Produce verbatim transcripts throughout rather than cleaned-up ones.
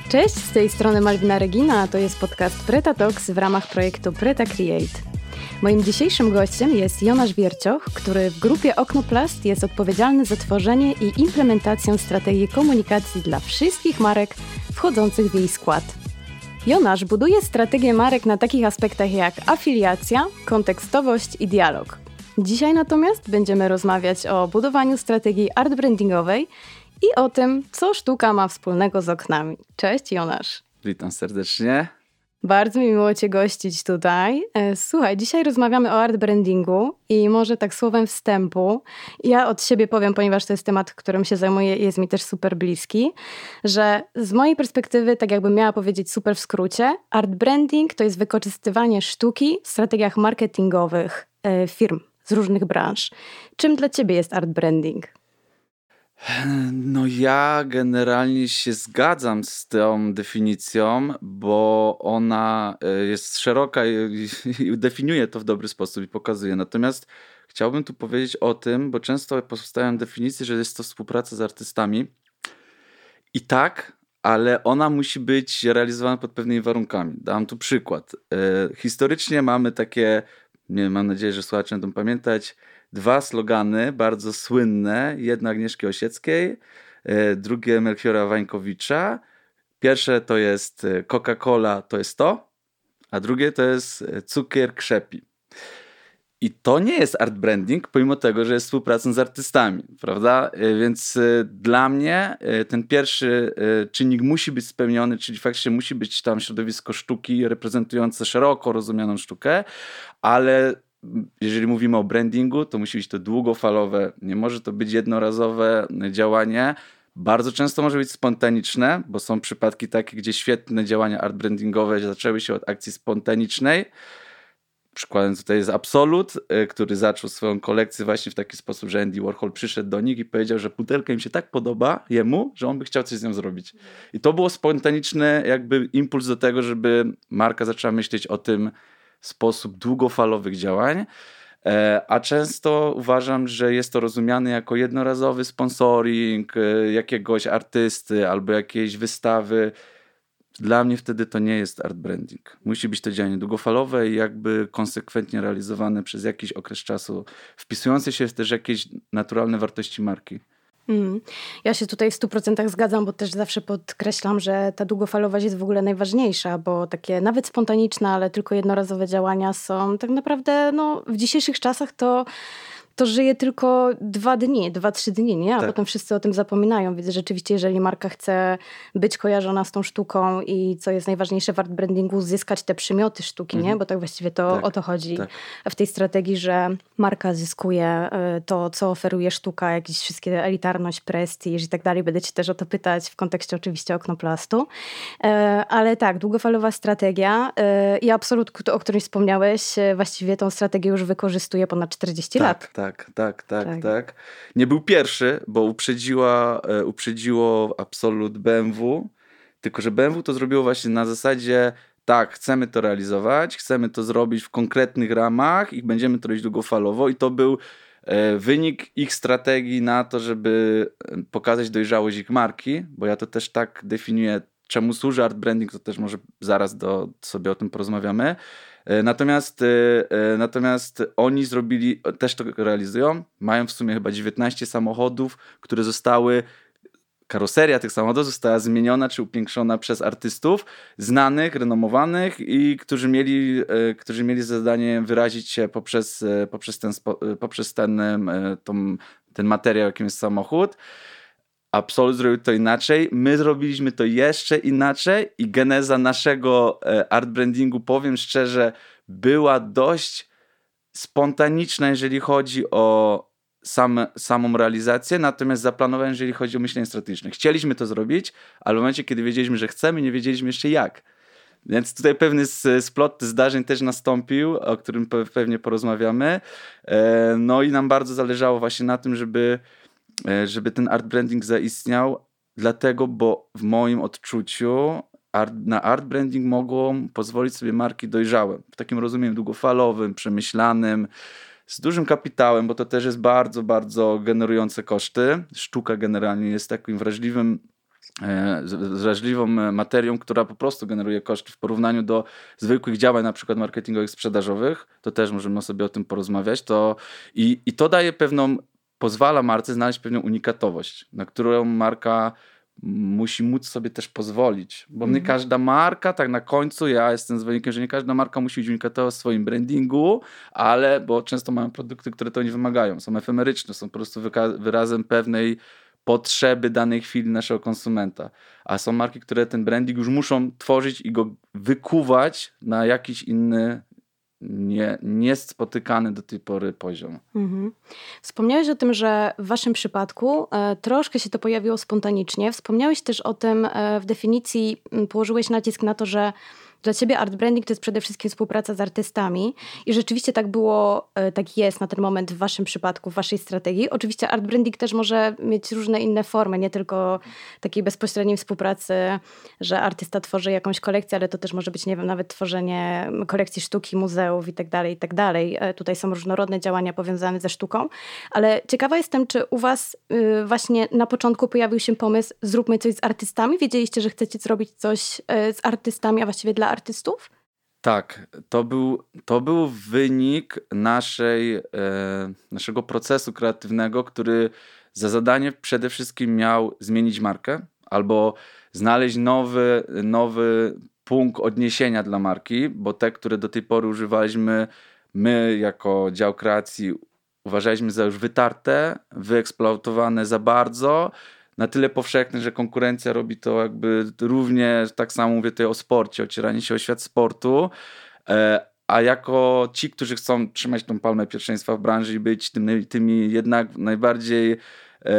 Cześć, z tej strony Malwina Regina, a to jest podcast Preta Talks w ramach projektu Preta Create. Moim dzisiejszym gościem jest Jonasz Wiercioch, który w grupie Oknoplast jest odpowiedzialny za tworzenie i implementację strategii komunikacji dla wszystkich marek wchodzących w jej skład. Jonasz buduje strategię marek na takich aspektach jak afiliacja, kontekstowość i dialog. Dzisiaj natomiast będziemy rozmawiać o budowaniu strategii art brandingowej i o tym, co sztuka ma wspólnego z oknami. Cześć Jonasz. Witam serdecznie. Bardzo mi miło Cię gościć tutaj. Słuchaj, dzisiaj rozmawiamy o art brandingu i może tak słowem wstępu. Ja od siebie powiem, ponieważ to jest temat, którym się zajmuję i jest mi też super bliski, że z mojej perspektywy, tak jakbym miała powiedzieć super w skrócie, art branding to jest wykorzystywanie sztuki w strategiach marketingowych firm z różnych branż. Czym dla Ciebie jest art branding? No ja generalnie się zgadzam z tą definicją, bo ona jest szeroka i, i definiuje to w dobry sposób i pokazuje. Natomiast chciałbym tu powiedzieć o tym, bo często powstają definicje, że jest to współpraca z artystami. I tak, ale ona musi być realizowana pod pewnymi warunkami. Dam tu przykład. Historycznie mamy takie, nie, mam nadzieję, że słuchacze będą pamiętać, dwa slogany bardzo słynne. Jedno Agnieszki Osieckiej, drugie Melchiora Wańkowicza. Pierwsze to jest Coca-Cola, to jest to, a drugie to jest cukier krzepi. I to nie jest art branding, pomimo tego, że jest współpracą z artystami, prawda? Więc dla mnie ten pierwszy czynnik musi być spełniony, czyli faktycznie musi być tam środowisko sztuki reprezentujące szeroko rozumianą sztukę, ale jeżeli mówimy o brandingu, to musi być to długofalowe, nie może to być jednorazowe działanie. Bardzo często może być spontaniczne, bo są przypadki takie, gdzie świetne działania art brandingowe zaczęły się od akcji spontanicznej. Przykładem tutaj jest Absolut, który zaczął swoją kolekcję właśnie w taki sposób, że Andy Warhol przyszedł do nich i powiedział, że pudelka im się tak podoba jemu, że on by chciał coś z nią zrobić. I to było spontaniczny jakby impuls do tego, żeby marka zaczęła myśleć o tym w sposób długofalowych działań, a często uważam, że jest to rozumiane jako jednorazowy sponsoring jakiegoś artysty albo jakiejś wystawy. Dla mnie wtedy to nie jest art branding. Musi być to działanie długofalowe i jakby konsekwentnie realizowane przez jakiś okres czasu, wpisujące się w też jakieś naturalne wartości marki. Mm. Ja się tutaj w stu procentach zgadzam, bo też zawsze podkreślam, że ta długofalowość jest w ogóle najważniejsza, bo takie nawet spontaniczne, ale tylko jednorazowe działania są tak naprawdę no, w dzisiejszych czasach to to żyje tylko dwa dni, dwa, trzy dni, nie? A tak. Potem wszyscy o tym zapominają. Więc rzeczywiście, jeżeli marka chce być kojarzona z tą sztuką i co jest najważniejsze w art brandingu, zyskać te przymioty sztuki, mhm. nie? Bo tak właściwie to tak, o to chodzi tak. w tej strategii, że marka zyskuje to, co oferuje sztuka, jakieś wszystkie elitarność, prestiż i tak dalej. Będę cię też o to pytać w kontekście oczywiście Oknoplastu. Ale tak, długofalowa strategia i Absolut, o którym wspomniałeś, właściwie tą strategię już wykorzystuje ponad czterdzieści tak, lat. Tak, tak, tak, tak, tak. Nie był pierwszy, bo uprzedziła, uprzedziło Absolut B M W, tylko że B M W to zrobiło właśnie na zasadzie tak, chcemy to realizować, chcemy to zrobić w konkretnych ramach i będziemy to robić długofalowo i to był wynik ich strategii na to, żeby pokazać dojrzałość ich marki, bo ja to też tak definiuję, czemu służy art branding, to też może zaraz do, sobie o tym porozmawiamy. Natomiast, natomiast oni zrobili, też to realizują, mają w sumie chyba dziewiętnaście samochodów, które zostały, karoseria tych samochodów została zmieniona czy upiększona przez artystów znanych, renomowanych i którzy mieli, którzy mieli zadanie wyrazić się poprzez, poprzez, ten, poprzez ten, tą, ten materiał, jakim jest samochód. Absolut zrobił to inaczej, my zrobiliśmy to jeszcze inaczej i geneza naszego art brandingu, powiem szczerze, była dość spontaniczna, jeżeli chodzi o sam, samą realizację, natomiast zaplanowana, jeżeli chodzi o myślenie strategiczne. Chcieliśmy to zrobić, ale w momencie, kiedy wiedzieliśmy, że chcemy, nie wiedzieliśmy jeszcze jak. Więc tutaj pewny splot zdarzeń też nastąpił, o którym pewnie porozmawiamy. No i nam bardzo zależało właśnie na tym, żeby żeby ten art branding zaistniał, dlatego, bo w moim odczuciu art, na art branding mogą pozwolić sobie marki dojrzałe, w takim rozumieniu długofalowym, przemyślanym, z dużym kapitałem, bo to też jest bardzo, bardzo generujące koszty. Sztuka generalnie jest takim wrażliwym e, z- wrażliwą materią, która po prostu generuje koszty w porównaniu do zwykłych działań, na przykład marketingowych, sprzedażowych, to też możemy sobie o tym porozmawiać. To, i, I to daje pewną, pozwala marce znaleźć pewną unikatowość, na którą marka musi móc sobie też pozwolić, bo nie Mhm. każda marka, tak na końcu ja jestem zwolennikiem, że nie każda marka musi być unikatowa w swoim brandingu, ale, bo często mają produkty, które to nie wymagają, są efemeryczne, są po prostu wyka- wyrazem pewnej potrzeby danej chwili naszego konsumenta, a są marki, które ten branding już muszą tworzyć i go wykuwać na jakiś inny, nie, niespotykany do tej pory poziom. Mhm. Wspomniałeś o tym, że w waszym przypadku e, troszkę się to pojawiło spontanicznie. Wspomniałeś też o tym e, w definicji, m, położyłeś nacisk na to, że dla ciebie art branding to jest przede wszystkim współpraca z artystami i rzeczywiście tak było, e, tak jest na ten moment w waszym przypadku, w waszej strategii. Oczywiście art branding też może mieć różne inne formy, nie tylko takiej bezpośredniej współpracy, że artysta tworzy jakąś kolekcję, ale to też może być, nie wiem, nawet tworzenie kolekcji sztuki, muzeów i tak dalej, i tak dalej. E, Tutaj są różnorodne działania powiązane ze sztuką, ale ciekawa jestem, czy u was y, właśnie na początku pojawił się pomysł, zróbmy coś z artystami? Wiedzieliście, że chcecie zrobić coś y, z artystami, a właściwie dla artystów? Tak, to był, to był wynik naszej, e, naszego procesu kreatywnego, który za zadanie przede wszystkim miał zmienić markę albo znaleźć nowy, nowy punkt odniesienia dla marki, bo te, które do tej pory używaliśmy, my jako dział kreacji uważaliśmy za już wytarte, wyeksploatowane za bardzo, na tyle powszechne, że konkurencja robi to jakby równie, tak samo mówię tutaj o sporcie, ocieranie się o świat sportu, e, a jako ci, którzy chcą trzymać tą palmę pierwszeństwa w branży i być tymi, tymi jednak najbardziej e,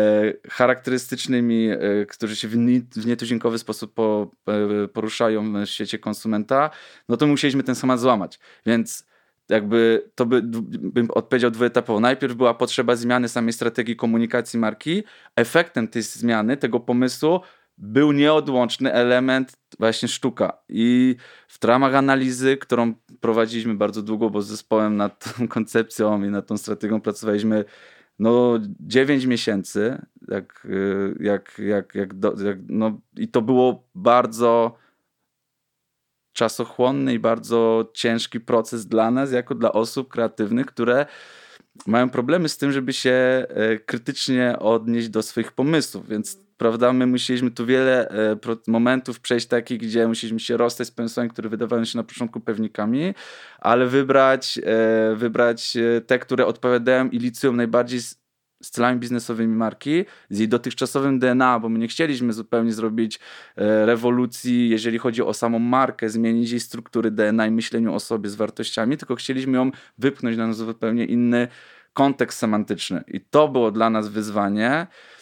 charakterystycznymi, e, którzy się w, ni, w nietuzinkowy sposób po, e, poruszają w świecie konsumenta, no to musieliśmy ten schemat złamać, więc jakby to by, bym odpowiedział dwuetapowo. Najpierw była potrzeba zmiany samej strategii komunikacji marki. Efektem tej zmiany, tego pomysłu był nieodłączny element właśnie sztuka. I w ramach analizy, którą prowadziliśmy bardzo długo, bo z zespołem nad tą koncepcją i nad tą strategią pracowaliśmy no dziewięć miesięcy, jak, jak, jak, jak, do, jak no i to było bardzo czasochłonny i bardzo ciężki proces dla nas, jako dla osób kreatywnych, które mają problemy z tym, żeby się e, krytycznie odnieść do swoich pomysłów, więc prawda, my musieliśmy tu wiele e, pro, momentów przejść takich, gdzie musieliśmy się rozstać z pomysłami, które wydawały się na początku pewnikami, ale wybrać, e, wybrać e, te, które odpowiadają i licują najbardziej z, z celami biznesowymi marki, z jej dotychczasowym D N A, bo my nie chcieliśmy zupełnie zrobić e, rewolucji, jeżeli chodzi o samą markę, zmienić jej struktury D N A i myśleniu o sobie z wartościami, tylko chcieliśmy ją wypchnąć na zupełnie inny kontekst semantyczny. I to było dla nas wyzwanie,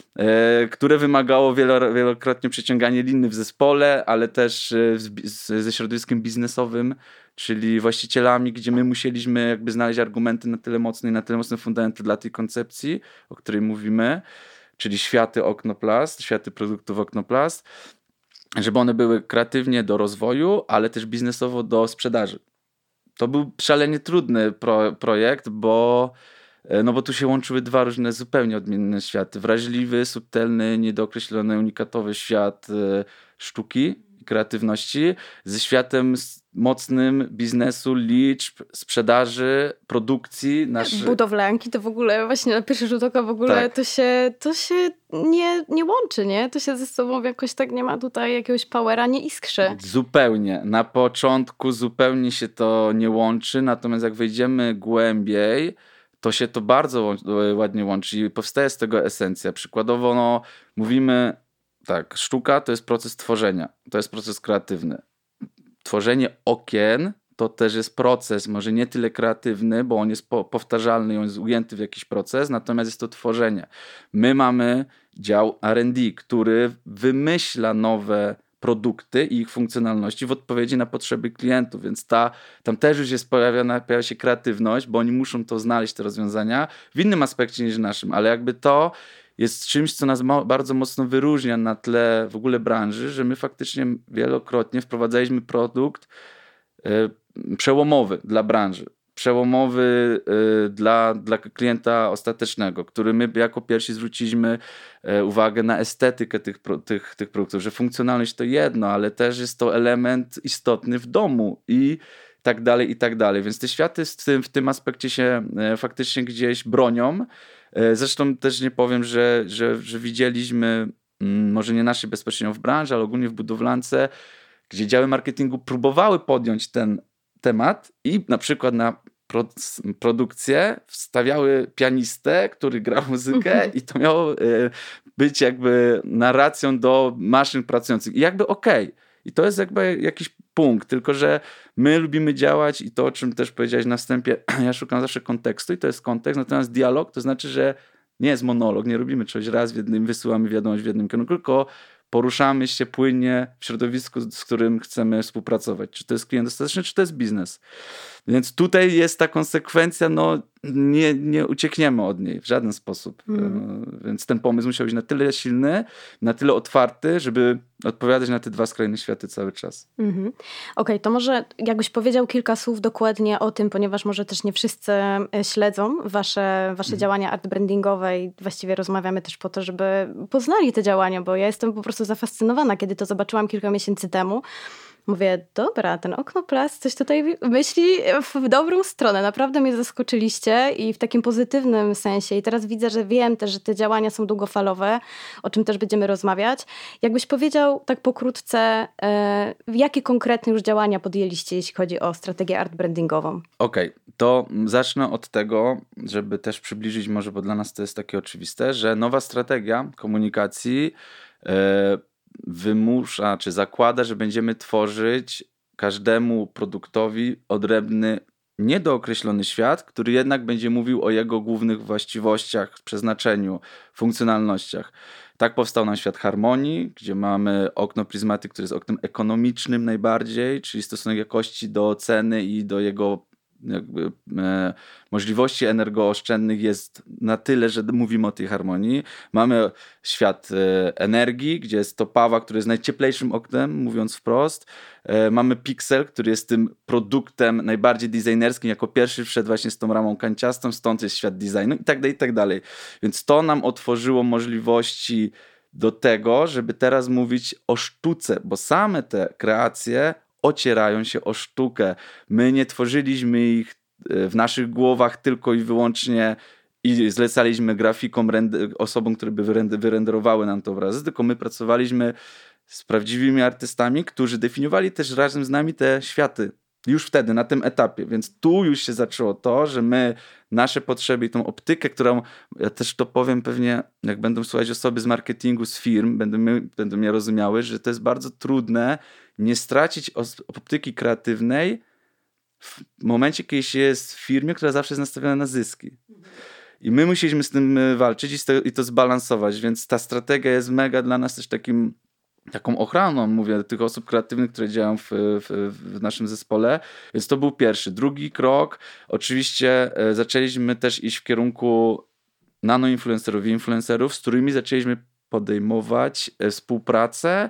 e, które wymagało wielo, wielokrotnie przeciągania liny w zespole, ale też e, z, z, ze środowiskiem biznesowym, czyli właścicielami, gdzie my musieliśmy jakby znaleźć argumenty na tyle mocne i na tyle mocne fundamenty dla tej koncepcji, o której mówimy, czyli światy Oknoplast, światy produktów Oknoplast, żeby one były kreatywnie do rozwoju, ale też biznesowo do sprzedaży. To był szalenie trudny pro, projekt, bo no bo tu się łączyły dwa różne, zupełnie odmienne światy. Wrażliwy, subtelny, niedookreślony, unikatowy świat e, sztuki i kreatywności ze światem mocnym biznesu, liczb, sprzedaży, produkcji. Nasz... Budowlanki to w ogóle, właśnie na pierwszy rzut oka w ogóle tak. to się, to się nie, nie łączy, nie? To się ze sobą jakoś tak nie ma tutaj jakiegoś powera, nie iskrzy. Zupełnie. Na początku zupełnie się to nie łączy, natomiast jak wejdziemy głębiej, to się to bardzo ładnie łączy i powstaje z tego esencja. Przykładowo no, mówimy tak, sztuka to jest proces tworzenia, to jest proces kreatywny. Tworzenie okien to też jest proces, może nie tyle kreatywny, bo on jest po- powtarzalny, on jest ujęty w jakiś proces, natomiast jest to tworzenie. My mamy dział R and D, który wymyśla nowe produkty i ich funkcjonalności w odpowiedzi na potrzeby klientów, więc ta, tam też już jest pojawia, pojawia się kreatywność, bo oni muszą to znaleźć, te rozwiązania w innym aspekcie niż naszym, ale jakby to jest czymś, co nas mo- bardzo mocno wyróżnia na tle w ogóle branży, że my faktycznie wielokrotnie wprowadzaliśmy produkt y, przełomowy dla branży. przełomowy y, dla, dla klienta ostatecznego, który my jako pierwsi zwróciliśmy y, uwagę na estetykę tych, pro, tych, tych produktów, że funkcjonalność to jedno, ale też jest to element istotny w domu i tak dalej, i tak dalej. Więc te światy w tym, w tym aspekcie się y, faktycznie gdzieś bronią. Y, zresztą też nie powiem, że, że, że widzieliśmy, y, może nie naszej bezpośrednio w branży, ale ogólnie w budowlance, gdzie działy marketingu próbowały podjąć ten temat i na przykład na pro, produkcję wstawiały pianistę, który gra muzykę i to miało y, być jakby narracją do maszyn pracujących. I jakby okej. Okay. I to jest jakby jakiś punkt, tylko że my lubimy działać i to, o czym też powiedziałeś na wstępie, ja szukam zawsze kontekstu i to jest kontekst, natomiast dialog to znaczy, że nie jest monolog, nie robimy czegoś raz w jednym, wysyłamy wiadomość w jednym kierunku, tylko poruszamy się płynnie w środowisku, z którym chcemy współpracować. Czy to jest klient ostateczny, czy to jest biznes. Więc tutaj jest ta konsekwencja, no nie, nie uciekniemy od niej w żaden sposób. Mm. Więc ten pomysł musiał być na tyle silny, na tyle otwarty, żeby odpowiadać na te dwa skrajne światy cały czas. Mm-hmm. Okej, okay, to może jakbyś powiedział kilka słów dokładnie o tym, ponieważ może też nie wszyscy śledzą wasze, wasze mm. działania art brandingowe i właściwie rozmawiamy też po to, żeby poznali te działania, bo ja jestem po prostu zafascynowana, kiedy to zobaczyłam kilka miesięcy temu. Mówię, dobra, ten Oknoplast coś tutaj myśli w dobrą stronę. Naprawdę mnie zaskoczyliście i w takim pozytywnym sensie. I teraz widzę, że wiem też, że te działania są długofalowe, o czym też będziemy rozmawiać. Jakbyś powiedział tak pokrótce, e, jakie konkretne już działania podjęliście, jeśli chodzi o strategię art brandingową? Okej, okay, to zacznę od tego, żeby też przybliżyć może, bo dla nas to jest takie oczywiste, że nowa strategia komunikacji e, wymusza, czy zakłada, że będziemy tworzyć każdemu produktowi odrębny, niedookreślony świat, który jednak będzie mówił o jego głównych właściwościach, przeznaczeniu, funkcjonalnościach. Tak powstał nam świat harmonii, gdzie mamy okno Prismatic, które jest oknem ekonomicznym najbardziej, czyli stosunek jakości do ceny i do jego jakby e, możliwości energooszczędnych jest na tyle, że mówimy o tej harmonii. Mamy świat e, energii, gdzie jest to Pawa, który jest najcieplejszym oknem, mówiąc wprost. E, mamy Pixel, który jest tym produktem najbardziej designerskim, jako pierwszy wszedł właśnie z tą ramą kanciastą, stąd jest świat designu i tak dalej, i tak dalej. Więc to nam otworzyło możliwości do tego, żeby teraz mówić o sztuce, bo same te kreacje ocierają się o sztukę. My nie tworzyliśmy ich w naszych głowach tylko i wyłącznie i zlecaliśmy grafikom, rend- osobom, które by wyrend- wyrenderowały nam te obrazy, tylko my pracowaliśmy z prawdziwymi artystami, którzy definiowali też razem z nami te światy. Już wtedy, na tym etapie. Więc tu już się zaczęło to, że my nasze potrzeby i tą optykę, którą, ja też to powiem pewnie, jak będą słuchać osoby z marketingu, z firm, będą, my, będą mnie rozumiały, że to jest bardzo trudne nie stracić optyki kreatywnej w momencie, kiedy się jest w firmie, która zawsze jest nastawiona na zyski. I my musieliśmy z tym walczyć i, z tego, i to zbalansować, więc ta strategia jest mega dla nas też takim taką ochroną, mówię, tych osób kreatywnych, które działają w, w, w naszym zespole. Więc to był pierwszy. Drugi krok, oczywiście e, zaczęliśmy też iść w kierunku nanoinfluencerów i influencerów, z którymi zaczęliśmy podejmować e, współpracę,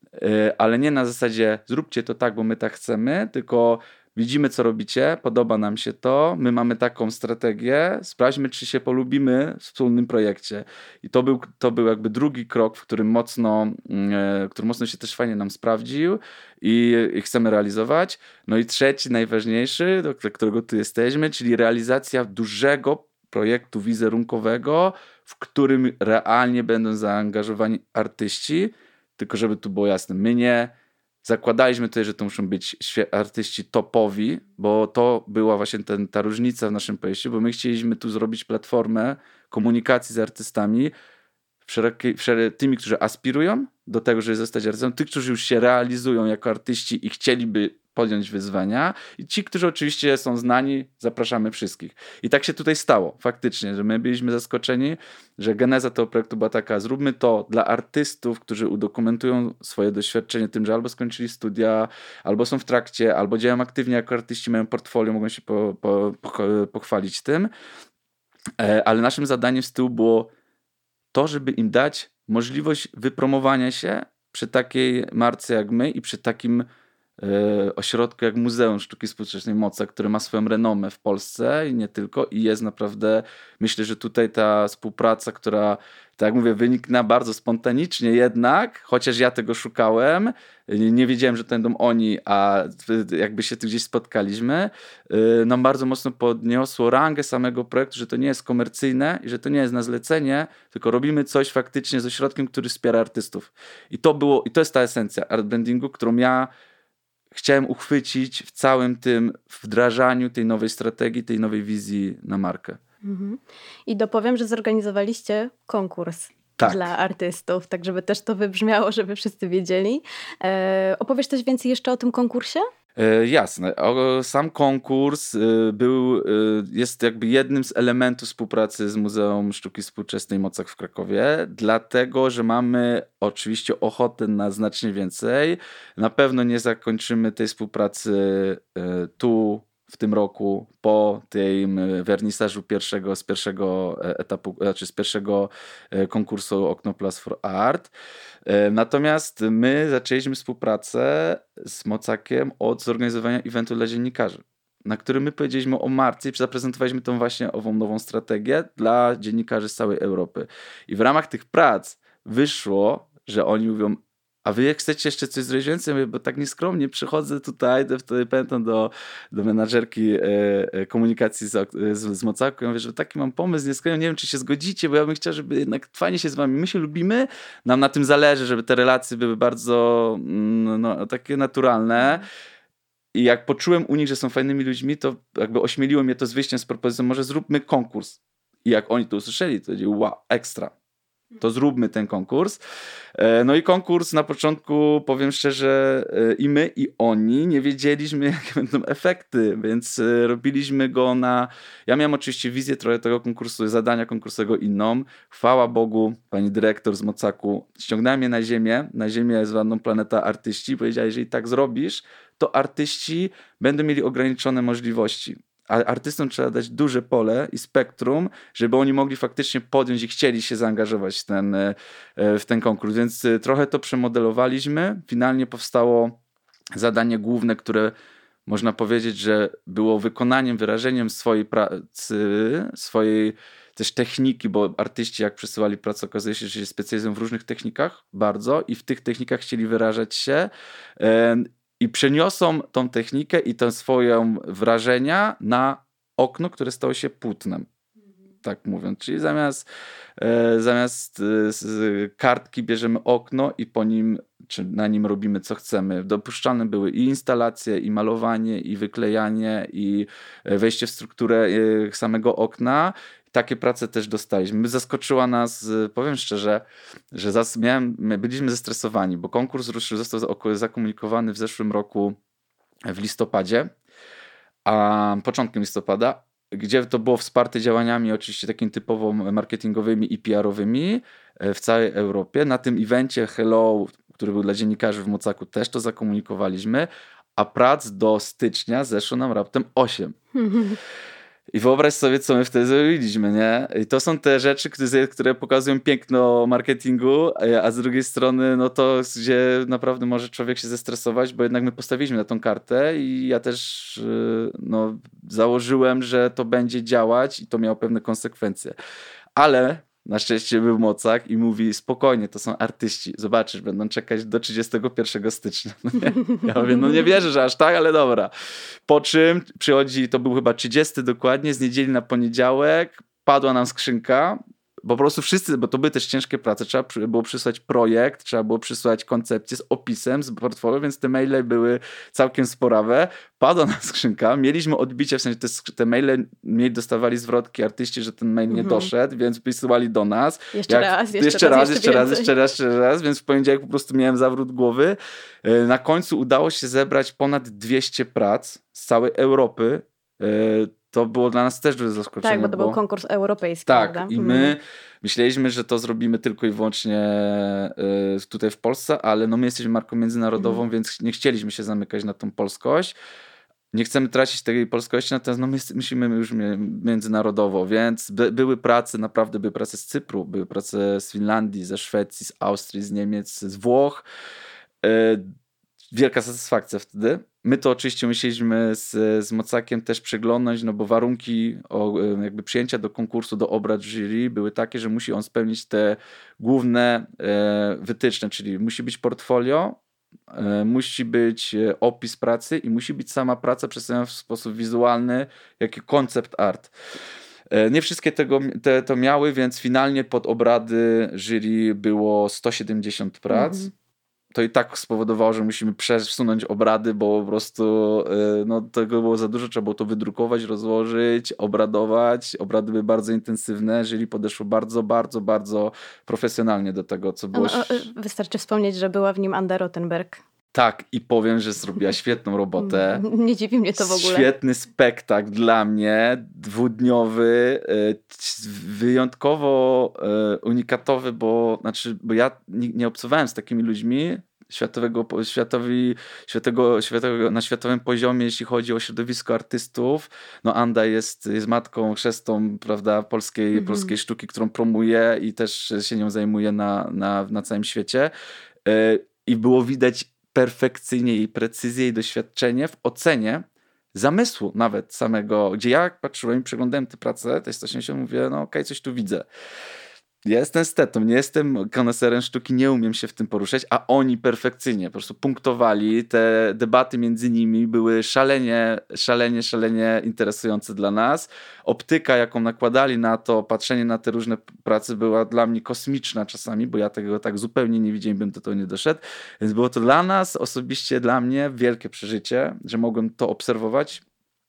e, ale nie na zasadzie zróbcie to tak, bo my tak chcemy, tylko widzimy, co robicie, podoba nam się to, my mamy taką strategię, sprawdźmy, czy się polubimy w wspólnym projekcie. I to był, to był jakby drugi krok, w którym mocno, e, który mocno się też fajnie nam sprawdził i, i chcemy realizować. No i trzeci, najważniejszy, do którego tu jesteśmy, czyli realizacja dużego projektu wizerunkowego, w którym realnie będą zaangażowani artyści, tylko żeby tu było jasne, my nie zakładaliśmy tutaj, że to muszą być artyści topowi, bo to była właśnie ten, ta różnica w naszym podejściu, bo my chcieliśmy tu zrobić platformę komunikacji z artystami, szerokiej, tymi, którzy aspirują do tego, żeby zostać artystą, tych, którzy już się realizują jako artyści i chcieliby podjąć wyzwania i ci, którzy oczywiście są znani, zapraszamy wszystkich. I tak się tutaj stało faktycznie, że my byliśmy zaskoczeni, że geneza tego projektu była taka, zróbmy to dla artystów, którzy udokumentują swoje doświadczenie tym, że albo skończyli studia, albo są w trakcie, albo działają aktywnie jako artyści, mają portfolio, mogą się po, po, po, pochwalić tym. Ale naszym zadaniem z tyłu było to, żeby im dać możliwość wypromowania się przy takiej marce jak my i przy takim e, ośrodku jak Muzeum Sztuki Współczesnej Mocak, który ma swoją renomę w Polsce i nie tylko, i jest naprawdę, myślę, że tutaj ta współpraca, która, tak jak mówię, wyniknęła bardzo spontanicznie jednak, chociaż ja tego szukałem, nie, nie wiedziałem, że to będą oni, a jakby się tu gdzieś spotkaliśmy, y, nam bardzo mocno podniosło rangę samego projektu, że to nie jest komercyjne i że to nie jest na zlecenie, tylko robimy coś faktycznie z ośrodkiem, który wspiera artystów. I to było, i to jest ta esencja art brandingu, którą ja chciałem uchwycić w całym tym wdrażaniu tej nowej strategii, tej nowej wizji na markę. Mhm. I dopowiem, że zorganizowaliście konkurs Tak. dla artystów, tak żeby też to wybrzmiało, żeby wszyscy wiedzieli. E, opowiesz coś więcej jeszcze o tym konkursie? E, jasne. O, sam konkurs e, był, e, jest jakby jednym z elementów współpracy z Muzeum Sztuki Współczesnej Mocak w Krakowie, dlatego, że mamy oczywiście ochotę na znacznie więcej. Na pewno nie zakończymy tej współpracy e, tu, w tym roku, po tym wernisażu pierwszego, z pierwszego etapu, znaczy z pierwszego konkursu Oknoplas for Art. Natomiast my zaczęliśmy współpracę z Mocakiem od zorganizowania eventu dla dziennikarzy, na którym my powiedzieliśmy o marce i zaprezentowaliśmy tą właśnie ową nową strategię dla dziennikarzy z całej Europy. I w ramach tych prac wyszło, że oni mówią: a wy jak chcecie jeszcze coś zrobić więcej? Mówię, bo tak nieskromnie przychodzę tutaj, wtedy pamiętam do, do menadżerki e, e, komunikacji z, z, z Mocaku. Ja mówię, że taki mam pomysł nieskromnie, nie wiem, czy się zgodzicie, bo ja bym chciał, żeby jednak fajnie się z wami, my się lubimy, nam na tym zależy, żeby te relacje były bardzo no, takie naturalne. I jak poczułem u nich, że są fajnymi ludźmi, to jakby ośmieliło mnie to z wyjściem z propozycją, może zróbmy konkurs. I jak oni to usłyszeli, to powiedzieli: wow, ekstra. To zróbmy ten konkurs. No i konkurs na początku, powiem szczerze, i my, i oni nie wiedzieliśmy, jakie będą efekty, więc robiliśmy go na... Ja miałem oczywiście wizję trochę tego konkursu, zadania konkursowego inną. Chwała Bogu, pani dyrektor z Mocaku ściągnęła mnie na ziemię, na ziemię zwaną Planeta Artyści. Powiedziała: jeżeli tak zrobisz, to artyści będą mieli ograniczone możliwości. A artystom trzeba dać duże pole i spektrum, żeby oni mogli faktycznie podjąć i chcieli się zaangażować w ten, w ten konkurs. Więc trochę to przemodelowaliśmy. Finalnie powstało zadanie główne, które można powiedzieć, że było wykonaniem, wyrażeniem swojej pracy, swojej też techniki, bo artyści jak przesyłali pracę, okazuje się, że się specjalizują w różnych technikach bardzo i w tych technikach chcieli wyrażać się. I przeniosą tą technikę i te swoje wrażenia na okno, które stało się płótnem. Tak mówiąc. Czyli zamiast, e, zamiast e, z kartki bierzemy okno i po nim, czy na nim robimy co chcemy. Dopuszczalne były i instalacje, i malowanie, i wyklejanie, i wejście w strukturę e, samego okna. Takie prace też dostaliśmy. Zaskoczyła nas, powiem szczerze, że zas, miałem, my byliśmy zestresowani, bo konkurs ruszył, został zakomunikowany w zeszłym roku w listopadzie, a początkiem listopada, gdzie to było wsparte działaniami oczywiście takimi typowo marketingowymi i P R-owymi w całej Europie. Na tym evencie Hello, który był dla dziennikarzy w Mocaku, też to zakomunikowaliśmy, a prac do stycznia zeszło nam raptem osiem. I wyobraź sobie, co my wtedy zrobiliśmy, nie? I to są te rzeczy, które, które pokazują piękno marketingu, a z drugiej strony, no to, gdzie naprawdę może człowiek się zestresować, bo jednak my postawiliśmy na tą kartę i ja też no, założyłem, że to będzie działać i to miało pewne konsekwencje. Ale na szczęście był Mocak i mówi: spokojnie, to są artyści, zobaczysz, będą czekać do trzydziestego pierwszego stycznia. No ja mówię, no nie wierzę, że aż tak, ale dobra. Po czym przychodzi, to był chyba trzydziesty dokładnie, z niedzieli na poniedziałek, padła nam skrzynka, bo po prostu wszyscy, bo to były też ciężkie prace, trzeba było przysłać projekt, trzeba było przysłać koncepcję z opisem, z portfolio, więc te maile były całkiem sporawe. Padła nam skrzynka, mieliśmy odbicie, w sensie te, te maile mieli, dostawali zwrotki artyści, że ten mail nie mm-hmm. doszedł, więc wysyłali do nas. Jeszcze Jak, raz, jeszcze, jeszcze raz, raz, jeszcze jeszcze raz, więcej. jeszcze raz, jeszcze raz, więc w poniedziałek po prostu miałem zawrót głowy. Na końcu udało się zebrać ponad dwieście prac z całej Europy. To było dla nas też duże zaskoczenie. Tak, bo to bo... był konkurs europejski. Tak, prawda? i my myśleliśmy, że to zrobimy tylko i wyłącznie y, tutaj w Polsce, ale no my jesteśmy marką międzynarodową, mm. więc nie chcieliśmy się zamykać na tą polskość. Nie chcemy tracić tej polskości, natomiast no my myślimy już międzynarodowo, więc by, były prace, naprawdę były prace z Cypru, były prace z Finlandii, ze Szwecji, z Austrii, z Niemiec, z Włoch. Y, wielka satysfakcja wtedy. My to oczywiście musieliśmy z, z Mocakiem też przeglądnąć, no bo warunki o, jakby przyjęcia do konkursu, do obrad jury były takie, że musi on spełnić te główne e, wytyczne, czyli musi być portfolio, e, musi być opis pracy i musi być sama praca przedstawiona w sposób wizualny, jak i koncept art. E, nie wszystkie tego, te, to miały, więc finalnie pod obrady jury było sto siedemdziesiąt prac. Mm-hmm. To i tak spowodowało, że musimy przesunąć obrady, bo po prostu no, tego było za dużo, trzeba było to wydrukować, rozłożyć, obradować. Obrady były bardzo intensywne, jury podeszło bardzo, bardzo, bardzo profesjonalnie do tego, co było. No, wystarczy wspomnieć, że była w nim Anda Rothenberg. Tak, i powiem, że zrobiła świetną robotę. Nie dziwi mnie to w ogóle. Świetny spektakl dla mnie, dwudniowy, wyjątkowo unikatowy, bo, znaczy, bo ja nie, nie obcowałem z takimi ludźmi światowego, światowi, światowego, światowego, na światowym poziomie, jeśli chodzi o środowisko artystów. No Anda jest, jest matką chrzestną, prawda, polskiej, mm-hmm. polskiej sztuki, którą promuje i też się nią zajmuje na, na, na całym świecie. I było widać perfekcyjnie i precyzję i doświadczenie w ocenie zamysłu nawet samego, gdzie ja jak patrzyłem i przeglądałem tę pracę, te sto osiemdziesiąt, mówię, no okej, okay, coś tu widzę. Ja jestem estetą, nie jestem koneserem sztuki, nie umiem się w tym poruszać, a oni perfekcyjnie po prostu punktowali. Te debaty między nimi były szalenie, szalenie, szalenie interesujące dla nas. Optyka, jaką nakładali na to, patrzenie na te różne prace była dla mnie kosmiczna czasami, bo ja tego tak zupełnie nie widziałem, bym do tego nie doszedł. Więc było to dla nas, osobiście dla mnie, wielkie przeżycie, że mogłem to obserwować.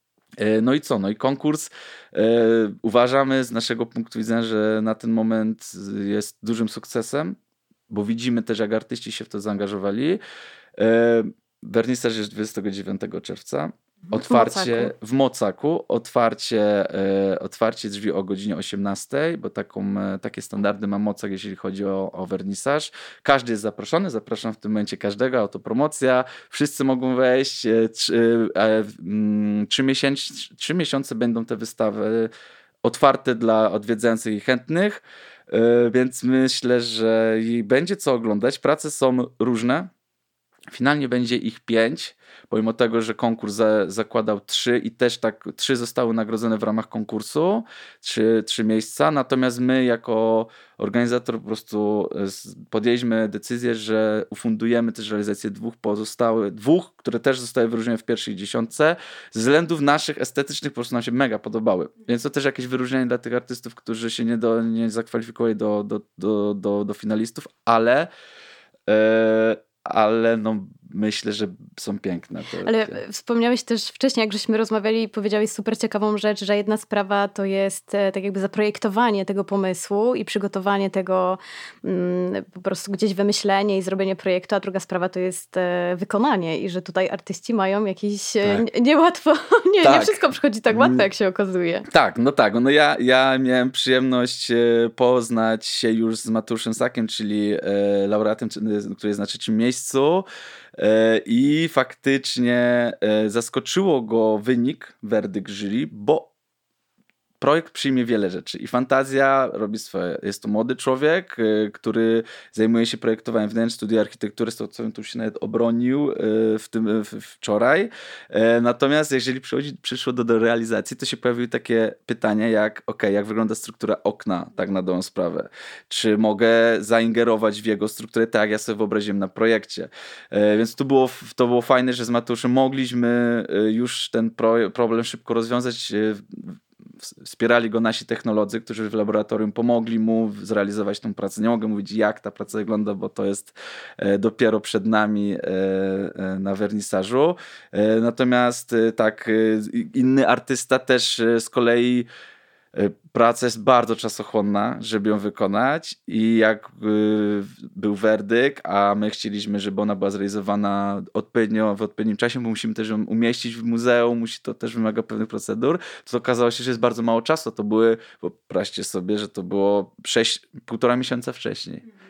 No i co? No i konkurs e, uważamy z naszego punktu widzenia, że na ten moment jest dużym sukcesem, bo widzimy też, jak artyści się w to zaangażowali. E, wernisaż jest dwudziestego dziewiątego czerwca. Otwarcie w Mocaku, otwarcie, e, otwarcie drzwi o godzinie osiemnastej, bo taką, e, takie standardy ma Mocak, jeśli chodzi o, o wernisaż. Każdy jest zaproszony, zapraszam w tym momencie każdego, autopromocja, wszyscy mogą wejść. E, trzy, e, m, trzy, miesięcy, trzy miesiące będą te wystawy otwarte dla odwiedzających i chętnych, e, więc myślę, że będzie co oglądać. Prace są różne. Finalnie będzie ich pięć, pomimo tego, że konkurs za, zakładał trzy i też tak trzy zostały nagrodzone w ramach konkursu, trzy, trzy miejsca, natomiast my jako organizator po prostu podjęliśmy decyzję, że ufundujemy też realizację dwóch pozostałych, dwóch, które też zostały wyróżnione w pierwszej dziesiątce, ze względów naszych estetycznych po prostu nam się mega podobały, więc to też jakieś wyróżnienie dla tych artystów, którzy się nie, do, nie zakwalifikowali do, do, do, do, do finalistów, ale e, ale no myślę, że są piękne. Te, Ale te... wspomniałeś też wcześniej, jak żeśmy rozmawiali i powiedziałeś super ciekawą rzecz, że jedna sprawa to jest tak jakby zaprojektowanie tego pomysłu i przygotowanie tego mm, po prostu gdzieś wymyślenie i zrobienie projektu, a druga sprawa to jest e, wykonanie i że tutaj artyści mają jakieś tak. niełatwo, nie, tak. nie wszystko przychodzi tak łatwo, jak się okazuje. Tak, no tak. No ja, ja miałem przyjemność poznać się już z Mateuszem Sakiem, czyli e, laureatem, który jest na trzecim miejscu. I faktycznie zaskoczyło go wynik, werdykt jury, bo projekt przyjmie wiele rzeczy i fantazja robi swoje. Jest to młody człowiek, który zajmuje się projektowaniem wnętrz, studia architektury, z tego co tu się nawet obronił w tym wczoraj. Natomiast jeżeli przychodzi, przyszło do, do realizacji, to się pojawiły takie pytania jak, ok, jak wygląda struktura okna, tak na dobrą sprawę. Czy mogę zaingerować w jego strukturę, tak jak ja sobie wyobraziłem na projekcie. Więc to było, to było fajne, że z Mateuszem mogliśmy już ten pro, problem szybko rozwiązać. Wspierali go nasi technolodzy, którzy w laboratorium pomogli mu zrealizować tę pracę. Nie mogę mówić, jak ta praca wygląda, bo to jest dopiero przed nami na wernisażu. Natomiast tak, inny artysta też z kolei praca jest bardzo czasochłonna, żeby ją wykonać i jak był werdykt, a my chcieliśmy, żeby ona była zrealizowana odpowiednio, w odpowiednim czasie, bo musimy też ją umieścić w muzeum, musi to też wymaga pewnych procedur, to okazało się, że jest bardzo mało czasu. To były, wyobraźcie sobie, że to było sześć, półtora miesiąca wcześniej.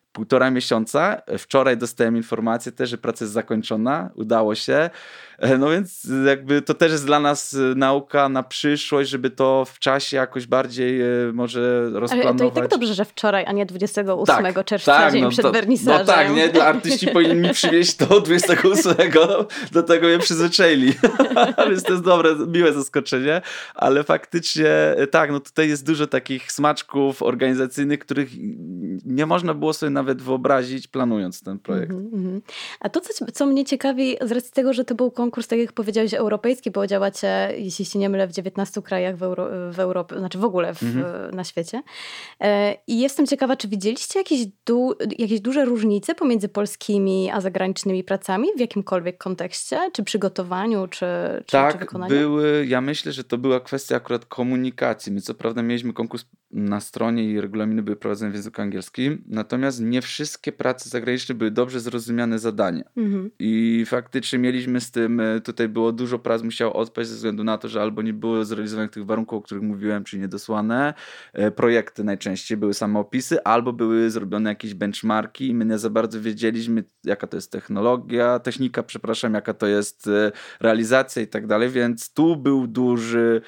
półtora miesiąca. Wczoraj dostałem informację też, że praca jest zakończona. Udało się. No więc jakby to też jest dla nas nauka na przyszłość, żeby to w czasie jakoś bardziej może rozplanować. Ale to i tak dobrze, że wczoraj, a nie dwudziestego ósmego tak, czerwca, tak, dzień no przed to, wernisażem. No tak, nie? Dla artyści powinni mi przywieźć to dwudziestego ósmego. Do tego mnie przyzwyczaili. Więc to jest dobre, miłe zaskoczenie. Ale faktycznie tak, no tutaj jest dużo takich smaczków organizacyjnych, których nie można było sobie nawet wyobrazić, planując ten projekt. Mm-hmm. A to, co, co mnie ciekawi, z racji tego, że to był konkurs, tak jak powiedziałeś, europejski, bo działacie, jeśli się nie mylę, w dziewiętnastu krajach w, Euro, w Europie, znaczy w ogóle w, mm-hmm. na świecie. E, I jestem ciekawa, czy widzieliście jakieś, du, jakieś duże różnice pomiędzy polskimi a zagranicznymi pracami w jakimkolwiek kontekście? Czy przygotowaniu, czy, czy, tak, czy wykonaniu? były, ja myślę, że to była kwestia akurat komunikacji. My co prawda mieliśmy konkurs na stronie i regulaminy były prowadzone w języku angielskim, natomiast nie wszystkie prace zagraniczne były dobrze zrozumiane zadanie. Mhm. I faktycznie mieliśmy z tym, tutaj było dużo prac, musiało odpaść ze względu na to, że albo nie było zrealizowanych tych warunków, o których mówiłem, czyli niedosłane. Projekty najczęściej były same opisy, albo były zrobione jakieś benchmarki i my nie za bardzo wiedzieliśmy, jaka to jest technologia, technika, przepraszam, jaka to jest realizacja i tak dalej, więc tu był duży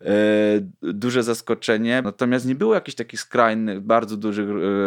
duże zaskoczenie, natomiast nie było jakichś takich skrajnych, bardzo dużych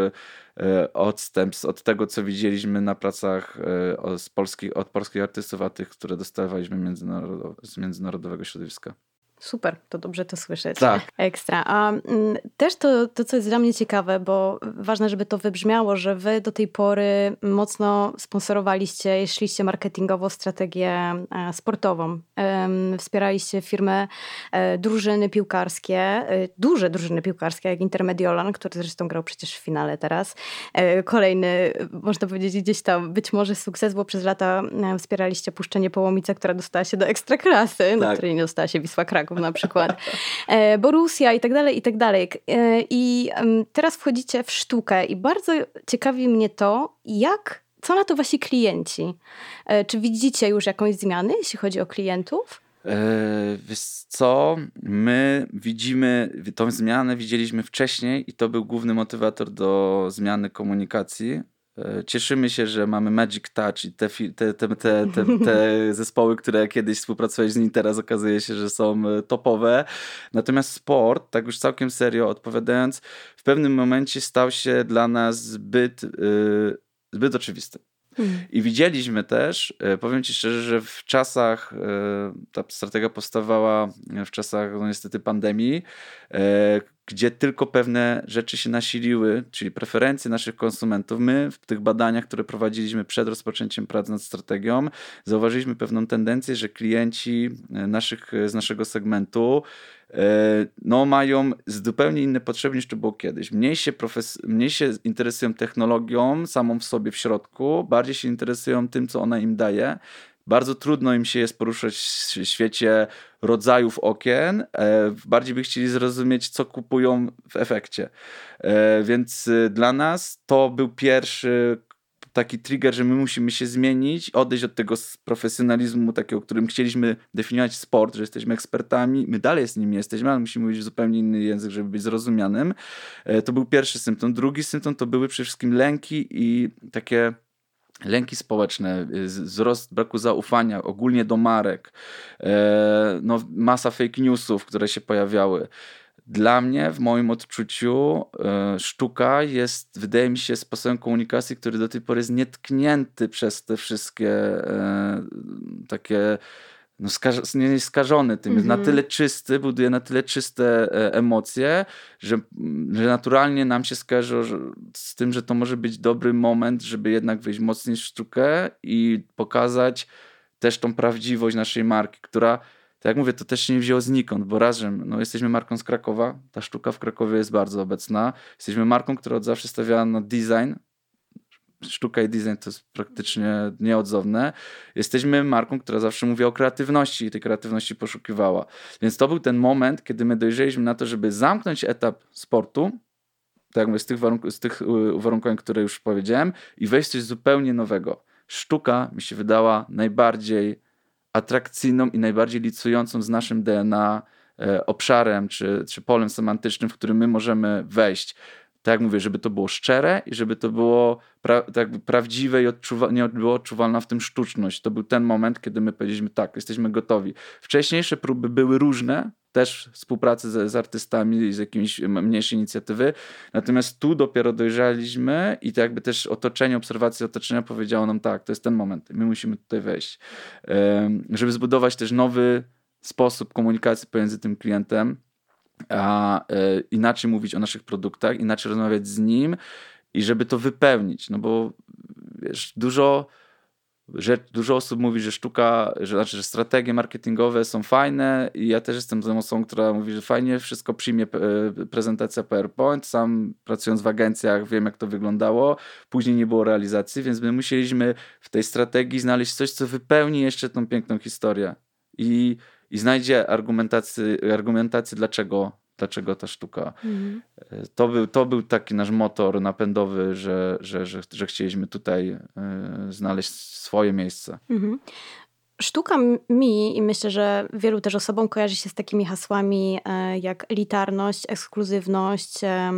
odstępstw od tego, co widzieliśmy na pracach z polskich, od polskich artystów, a tych, które dostawaliśmy międzynarodowo, z międzynarodowego środowiska. Super, to dobrze to słyszeć. Tak. Ekstra. A m, też to, to, co jest dla mnie ciekawe, bo ważne, żeby to wybrzmiało, że wy do tej pory mocno sponsorowaliście, szliście marketingowo strategię e, sportową. E, wspieraliście firmy, e, drużyny piłkarskie, e, duże drużyny piłkarskie, jak Intermediolan, który zresztą grał przecież w finale teraz. E, kolejny, można powiedzieć, gdzieś tam być może sukces, bo przez lata e, wspieraliście Puszczenie Połomice, która dostała się do Ekstraklasy, tak. Do której nie dostała się Wisła Kraków na przykład, e, Borussia i tak dalej, i tak dalej. E, I e, teraz wchodzicie w sztukę i bardzo ciekawi mnie to, jak, co na to wasi klienci? E, czy widzicie już jakąś zmianę, jeśli chodzi o klientów? E, wiesz co, my widzimy, tą zmianę widzieliśmy wcześniej i to był główny motywator do zmiany komunikacji. Cieszymy się, że mamy Magic Touch i te, te, te, te, te, te zespoły, które kiedyś współpracowałeś z nimi, teraz okazuje się, że są topowe. Natomiast sport, tak już całkiem serio odpowiadając, w pewnym momencie stał się dla nas zbyt, yy, zbyt oczywisty. Hmm. I widzieliśmy też, powiem ci szczerze, że w czasach, ta strategia powstawała w czasach no niestety pandemii, gdzie tylko pewne rzeczy się nasiliły, czyli preferencje naszych konsumentów. My w tych badaniach, które prowadziliśmy przed rozpoczęciem prac nad strategią, zauważyliśmy pewną tendencję, że klienci naszych, z naszego segmentu no, mają zupełnie inne potrzeby niż to było kiedyś. Mniej się, profes- mniej się interesują technologią samą w sobie w środku, bardziej się interesują tym, co ona im daje. Bardzo trudno im się jest poruszać w świecie rodzajów okien. Bardziej by chcieli zrozumieć, co kupują w efekcie. Więc dla nas to był pierwszy taki trigger, że my musimy się zmienić, odejść od tego profesjonalizmu takiego, którym chcieliśmy definiować sport, że jesteśmy ekspertami. My dalej z nimi jesteśmy, ale musimy mówić w zupełnie inny język, żeby być zrozumianym. To był pierwszy symptom. Drugi symptom to były przede wszystkim lęki i takie lęki społeczne, wzrost braku zaufania ogólnie do marek, no, masa fake newsów, które się pojawiały. Dla mnie, w moim odczuciu, sztuka jest, wydaje mi się, sposobem komunikacji, który do tej pory jest nietknięty przez te wszystkie takie, no skaż, nie jest skażony tym, mm-hmm. jest na tyle czysty, buduje na tyle czyste emocje, że, że naturalnie nam się skojarzy z tym, że to może być dobry moment, żeby jednak wejść mocniej w sztukę i pokazać też tą prawdziwość naszej marki, która, tak jak mówię, to też się nie wzięło znikąd, bo raz, że no, jesteśmy marką z Krakowa, ta sztuka w Krakowie jest bardzo obecna, jesteśmy marką, która od zawsze stawiała na design, sztuka i design to jest praktycznie nieodzowne. Jesteśmy marką, która zawsze mówi o kreatywności i tej kreatywności poszukiwała. Więc to był ten moment, kiedy my dojrzeliśmy na to, żeby zamknąć etap sportu, tak jak mówię, z tych, warunk- z tych uwarunkowań, które już powiedziałem, i wejść w coś zupełnie nowego. Sztuka mi się wydała najbardziej atrakcyjną i najbardziej licującą z naszym D N A e, obszarem czy, czy polem semantycznym, w którym my możemy wejść. tak jak mówię, żeby to było szczere i żeby to było pra- tak jakby prawdziwe i odczuwa- nie było odczuwalna w tym sztuczność. To był ten moment, kiedy my powiedzieliśmy tak, jesteśmy gotowi. Wcześniejsze próby były różne, też współpracy z, z artystami i z jakimiś mniejszej inicjatywy, natomiast tu dopiero dojrzeliśmy i to jakby też otoczenie, obserwacja otoczenia powiedziało nam tak, to jest ten moment, my musimy tutaj wejść. Um, żeby zbudować też nowy sposób komunikacji pomiędzy tym klientem, a e, inaczej mówić o naszych produktach, inaczej rozmawiać z nim i żeby to wypełnić, no bo wiesz, dużo że dużo osób mówi, że sztuka, że, znaczy, że strategie marketingowe są fajne i ja też jestem tą osobą, która mówi, że fajnie wszystko przyjmie e, prezentacja PowerPoint, sam pracując w agencjach wiem, jak to wyglądało, później nie było realizacji, więc my musieliśmy w tej strategii znaleźć coś, co wypełni jeszcze tą piękną historię i, i znajdzie argumentację, argumentację dlaczego dlaczego ta sztuka. Mhm. To, był, to był taki nasz motor napędowy, że, że, że, że chcieliśmy tutaj y, znaleźć swoje miejsce. Mhm. Sztuka mi i myślę, że wielu też osobom kojarzy się z takimi hasłami jak elitarność, ekskluzywność,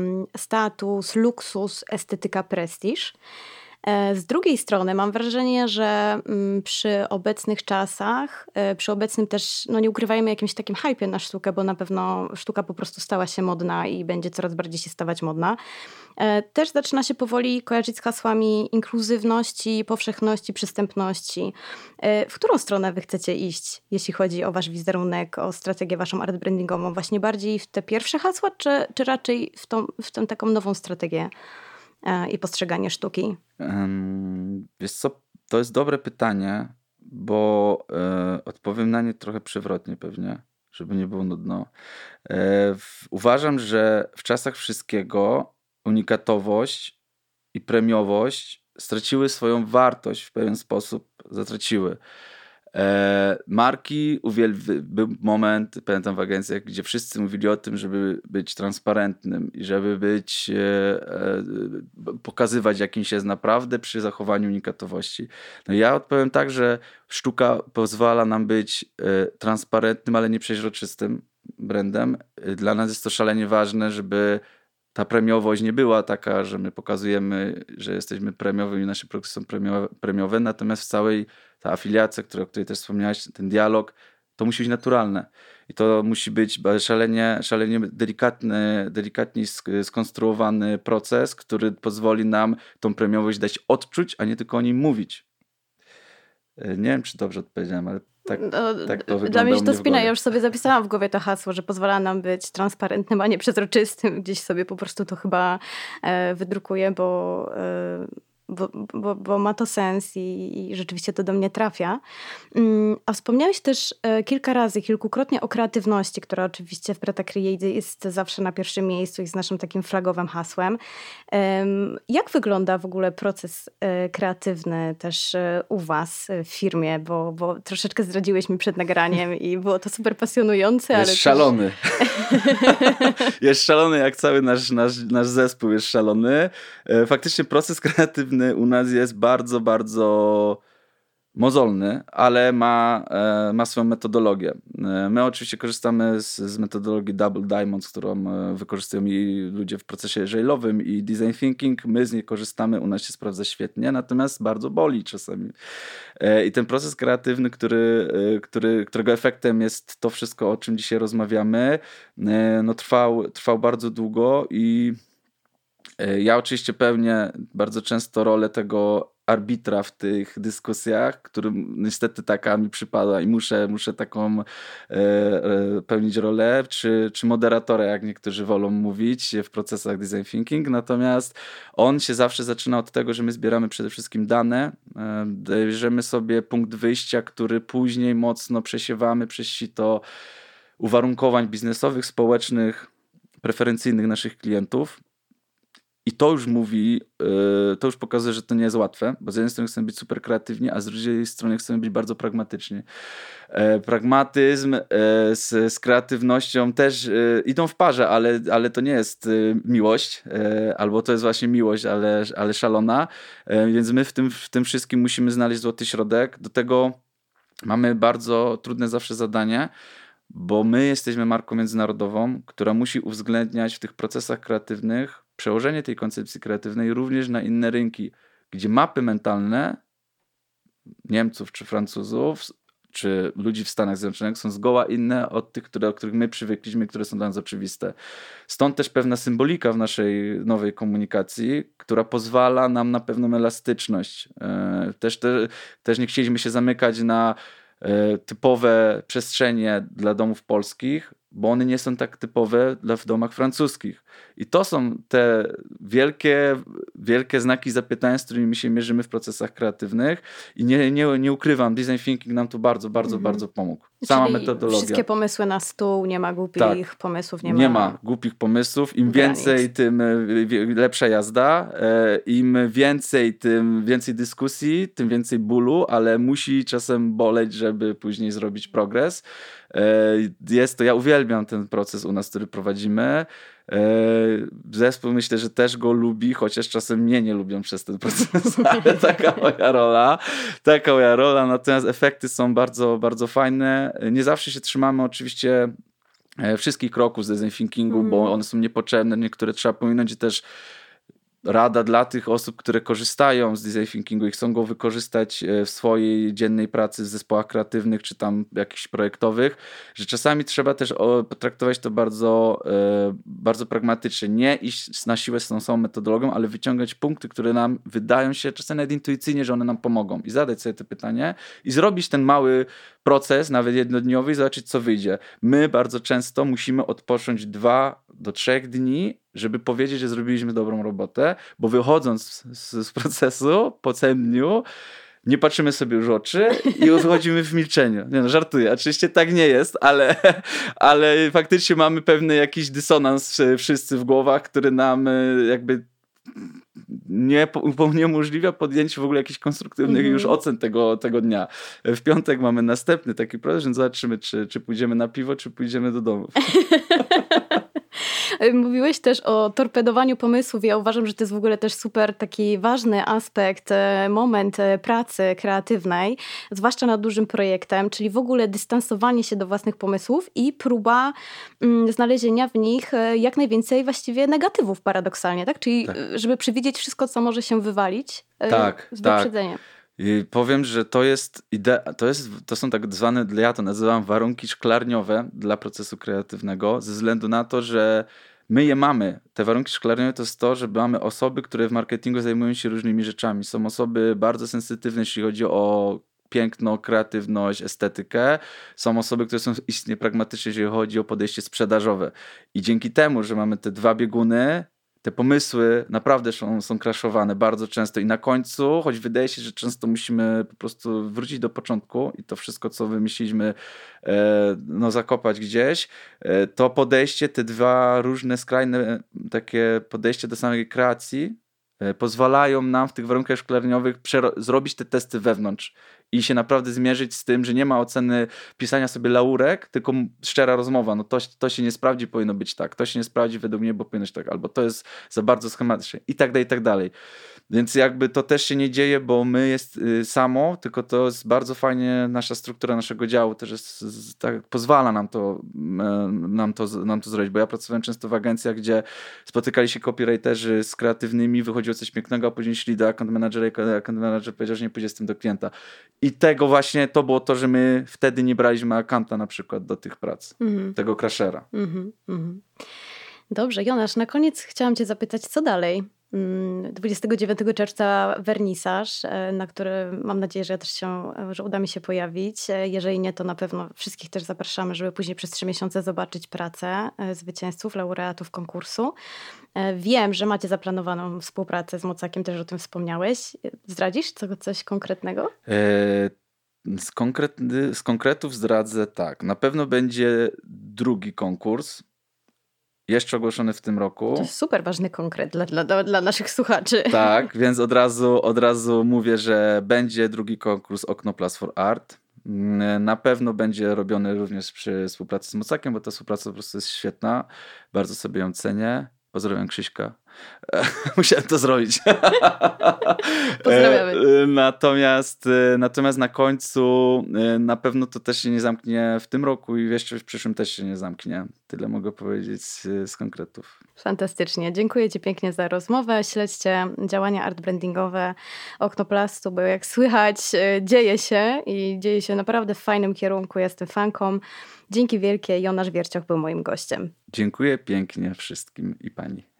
status, luksus, estetyka, prestiż. Z drugiej strony mam wrażenie, że przy obecnych czasach, przy obecnym też, no nie ukrywajmy, jakimś takim hypie na sztukę, bo na pewno sztuka po prostu stała się modna i będzie coraz bardziej się stawać modna, też zaczyna się powoli kojarzyć z hasłami inkluzywności, powszechności, przystępności. W którą stronę wy chcecie iść, jeśli chodzi o wasz wizerunek, o strategię waszą art brandingową? Właśnie bardziej w te pierwsze hasła, czy, czy raczej w tą, w tę taką nową strategię i postrzeganie sztuki? Um, wiesz co, to jest dobre pytanie, bo e, odpowiem na nie trochę przewrotnie pewnie, żeby nie było nudno. E, w, uważam, że w czasach wszystkiego unikatowość i premiowość straciły swoją wartość w pewien sposób, zatraciły. E, marki, uwielbi- był moment, pamiętam w agencjach, gdzie wszyscy mówili o tym, żeby być transparentnym i żeby być, e, e, pokazywać jakim się jest naprawdę przy zachowaniu unikatowości. No ja odpowiem tak, że sztuka pozwala nam być e, transparentnym, ale nie przeźroczystym brandem. Dla nas jest to szalenie ważne, żeby ta premiowość nie była taka, że my pokazujemy, że jesteśmy premiowi i nasze produkty są premiowe, premiowe, natomiast w całej ta afiliacja, która, o której też wspomniałeś, ten dialog, to musi być naturalne. I to musi być szalenie, szalenie delikatny, delikatnie skonstruowany proces, który pozwoli nam tą premiowość dać odczuć, a nie tylko o niej mówić. Nie wiem, czy dobrze odpowiedziałem, ale tak, no, tak to wygląda. Dla mnie się to spina. Ja już sobie zapisałam w głowie to hasło, że pozwala nam być transparentnym, a nie przezroczystym. Gdzieś sobie po prostu to chyba e, wydrukuję, bo... E, Bo, bo, bo ma to sens i, i rzeczywiście to do mnie trafia. A wspomniałeś też kilka razy, kilkukrotnie o kreatywności, która oczywiście w Preta Create jest zawsze na pierwszym miejscu i jest naszym takim flagowym hasłem. Jak wygląda w ogóle proces kreatywny też u was w firmie? Bo, bo troszeczkę zdradziłeś mi przed nagraniem i było to super pasjonujące. Jest ale szalony. Też... jest szalony, jak cały nasz, nasz, nasz zespół jest szalony. Faktycznie proces kreatywny u nas jest bardzo, bardzo mozolny, ale ma, ma swoją metodologię. My oczywiście korzystamy z, z metodologii Double Diamond, którą wykorzystują i ludzie w procesie agile'owym i design thinking. My z niej korzystamy, u nas się sprawdza świetnie, natomiast bardzo boli czasami. I ten proces kreatywny, który, który, którego efektem jest to wszystko, o czym dzisiaj rozmawiamy, no trwał, trwał bardzo długo i ja oczywiście pełnię bardzo często rolę tego arbitra w tych dyskusjach, którym niestety taka mi przypada i muszę, muszę taką e, e, pełnić rolę, czy, czy moderatora, jak niektórzy wolą mówić w procesach design thinking. Natomiast on się zawsze zaczyna od tego, że my zbieramy przede wszystkim dane, e, bierzemy sobie punkt wyjścia, który później mocno przesiewamy przez sito uwarunkowań biznesowych, społecznych, preferencyjnych naszych klientów. I to już mówi, to już pokazuje, że to nie jest łatwe, bo z jednej strony chcemy być super kreatywni, a z drugiej strony chcemy być bardzo pragmatyczni. Pragmatyzm z, z kreatywnością też idą w parze, ale, ale to nie jest miłość, albo to jest właśnie miłość, ale, ale szalona, więc my w tym, w tym wszystkim musimy znaleźć złoty środek. Do tego mamy bardzo trudne zawsze zadanie, bo my jesteśmy marką międzynarodową, która musi uwzględniać w tych procesach kreatywnych przełożenie tej koncepcji kreatywnej również na inne rynki, gdzie mapy mentalne Niemców czy Francuzów, czy ludzi w Stanach Zjednoczonych są zgoła inne od tych, które, o których my przywykliśmy, które są dla nas oczywiste. Stąd też pewna symbolika w naszej nowej komunikacji, która pozwala nam na pewną elastyczność. Też, te, też nie chcieliśmy się zamykać na typowe przestrzenie dla domów polskich, bo one nie są tak typowe dla w domach francuskich. I to są te wielkie, wielkie znaki zapytania, z którymi się mierzymy w procesach kreatywnych. I nie, nie, nie ukrywam, design thinking nam tu bardzo, bardzo, mhm. bardzo pomógł. Sama Czyli metodologia. Wszystkie pomysły na stół, nie ma głupich tak. pomysłów. Nie, nie ma, ma głupich pomysłów. Im granic. więcej, tym lepsza jazda. Im więcej, tym więcej dyskusji, tym więcej bólu, ale musi czasem boleć, żeby później zrobić progres. Jest to, ja uwielbiam ten proces u nas, który prowadzimy. Zespół myślę, że też go lubi, chociaż czasem mnie nie lubią przez ten proces, ale taka moja rola, taka moja rola, natomiast efekty są bardzo, bardzo fajne. Nie zawsze się trzymamy oczywiście wszystkich kroków z design thinkingu, mm. bo one są niepotrzebne, niektóre trzeba pominąć i też rada dla tych osób, które korzystają z design thinkingu i chcą go wykorzystać w swojej dziennej pracy w zespołach kreatywnych czy tam jakichś projektowych, że czasami trzeba też potraktować to bardzo, bardzo pragmatycznie. Nie iść na siłę z tą samą metodologią, ale wyciągać punkty, które nam wydają się czasem nawet intuicyjnie, że one nam pomogą i zadać sobie to pytanie i zrobić ten mały proces, nawet jednodniowy i zobaczyć, co wyjdzie. My bardzo często musimy odpocząć dwa do trzech dni, żeby powiedzieć, że zrobiliśmy dobrą robotę, bo wychodząc z, z procesu po całym dniu nie patrzymy sobie już w oczy i wychodzimy w milczeniu. Nie no, żartuję. Oczywiście tak nie jest, ale, ale faktycznie mamy pewny jakiś dysonans wszyscy w głowach, który nam jakby nie uniemożliwia podjęcie w ogóle jakichś konstruktywnych mm-hmm. już ocen tego, tego dnia. W piątek mamy następny taki proces, więc zobaczymy, czy, czy pójdziemy na piwo, czy pójdziemy do domu. Mówiłeś też o torpedowaniu pomysłów. Ja uważam, że to jest w ogóle też super taki ważny aspekt, moment pracy kreatywnej, zwłaszcza nad dużym projektem, czyli w ogóle dystansowanie się do własnych pomysłów i próba mm, znalezienia w nich jak najwięcej właściwie negatywów paradoksalnie, tak? Czyli tak. żeby przewidzieć wszystko, co może się wywalić tak, z tak. wyprzedzeniem. I powiem, że to jest idea, to, jest, to są tak zwane, ja to nazywam warunki szklarniowe dla procesu kreatywnego, ze względu na to, że my je mamy. Te warunki szklarniowe to jest to, że mamy osoby, które w marketingu zajmują się różnymi rzeczami. Są osoby bardzo sensytywne, jeśli chodzi o piękno, kreatywność, estetykę. Są osoby, które są istotnie pragmatyczne, jeżeli chodzi o podejście sprzedażowe. I dzięki temu, że mamy te dwa bieguny, te pomysły naprawdę są, są crashowane bardzo często i na końcu, choć wydaje się, że często musimy po prostu wrócić do początku i to wszystko, co wymyśliliśmy, e, no zakopać gdzieś, e, to podejście, te dwa różne skrajne takie podejście do samej kreacji e, pozwalają nam w tych warunkach szklarniowych przero- zrobić te testy wewnątrz i się naprawdę zmierzyć z tym, że nie ma oceny pisania sobie laurek, tylko szczera rozmowa. No to, to się nie sprawdzi, powinno być tak. To się nie sprawdzi według mnie, bo powinno być tak. Albo to jest za bardzo schematyczne. I tak dalej, i tak dalej. Więc jakby to też się nie dzieje, bo my jest y, samo, tylko to jest bardzo fajnie, nasza struktura naszego działu też jest, z, tak, pozwala nam to, y, nam, to, nam to zrobić. Bo ja pracowałem często w agencjach, gdzie spotykali się copywriterzy z kreatywnymi, wychodziło coś pięknego, a później szli do account managera i account manager powiedział, że nie pójdzie z tym do klienta. I tego właśnie, to było to, że my wtedy nie braliśmy akanta na przykład do tych prac, mm-hmm. tego crashera. Mm-hmm, mm-hmm. Dobrze, Jonasz, na koniec chciałam cię zapytać, co dalej? dwudziestego dziewiątego czerwca wernisaż, na który mam nadzieję, że ja też się, że uda mi się pojawić. Jeżeli nie, to na pewno wszystkich też zapraszamy, żeby później przez trzy miesiące zobaczyć pracę zwycięzców, laureatów konkursu. Wiem, że macie zaplanowaną współpracę z Mocakiem, też o tym wspomniałeś. Zdradzisz co, coś konkretnego? E, z, konkrety, z konkretów zdradzę tak. Na pewno będzie drugi konkurs. Jeszcze ogłoszony w tym roku. To jest super ważny konkret dla, dla, dla naszych słuchaczy. Tak, więc od razu, od razu mówię, że będzie drugi konkurs Okno Plus for Art. Na pewno będzie robiony również przy współpracy z Mocakiem, bo ta współpraca po prostu jest świetna. Bardzo sobie ją cenię. Pozdrawiam Krzyśka. Musiałem to zrobić. Pozdrawiamy. Natomiast, natomiast na końcu na pewno to też się nie zamknie w tym roku i jeszcze w przyszłym też się nie zamknie. Tyle mogę powiedzieć z konkretów. Fantastycznie. Dziękuję Ci pięknie za rozmowę. Śledźcie działania art brandingowe Oknoplastu, bo jak słychać dzieje się i dzieje się naprawdę w fajnym kierunku. Jestem fanką. Dzięki wielkie. Jonasz Wiercioch był moim gościem. Dziękuję pięknie wszystkim i pani.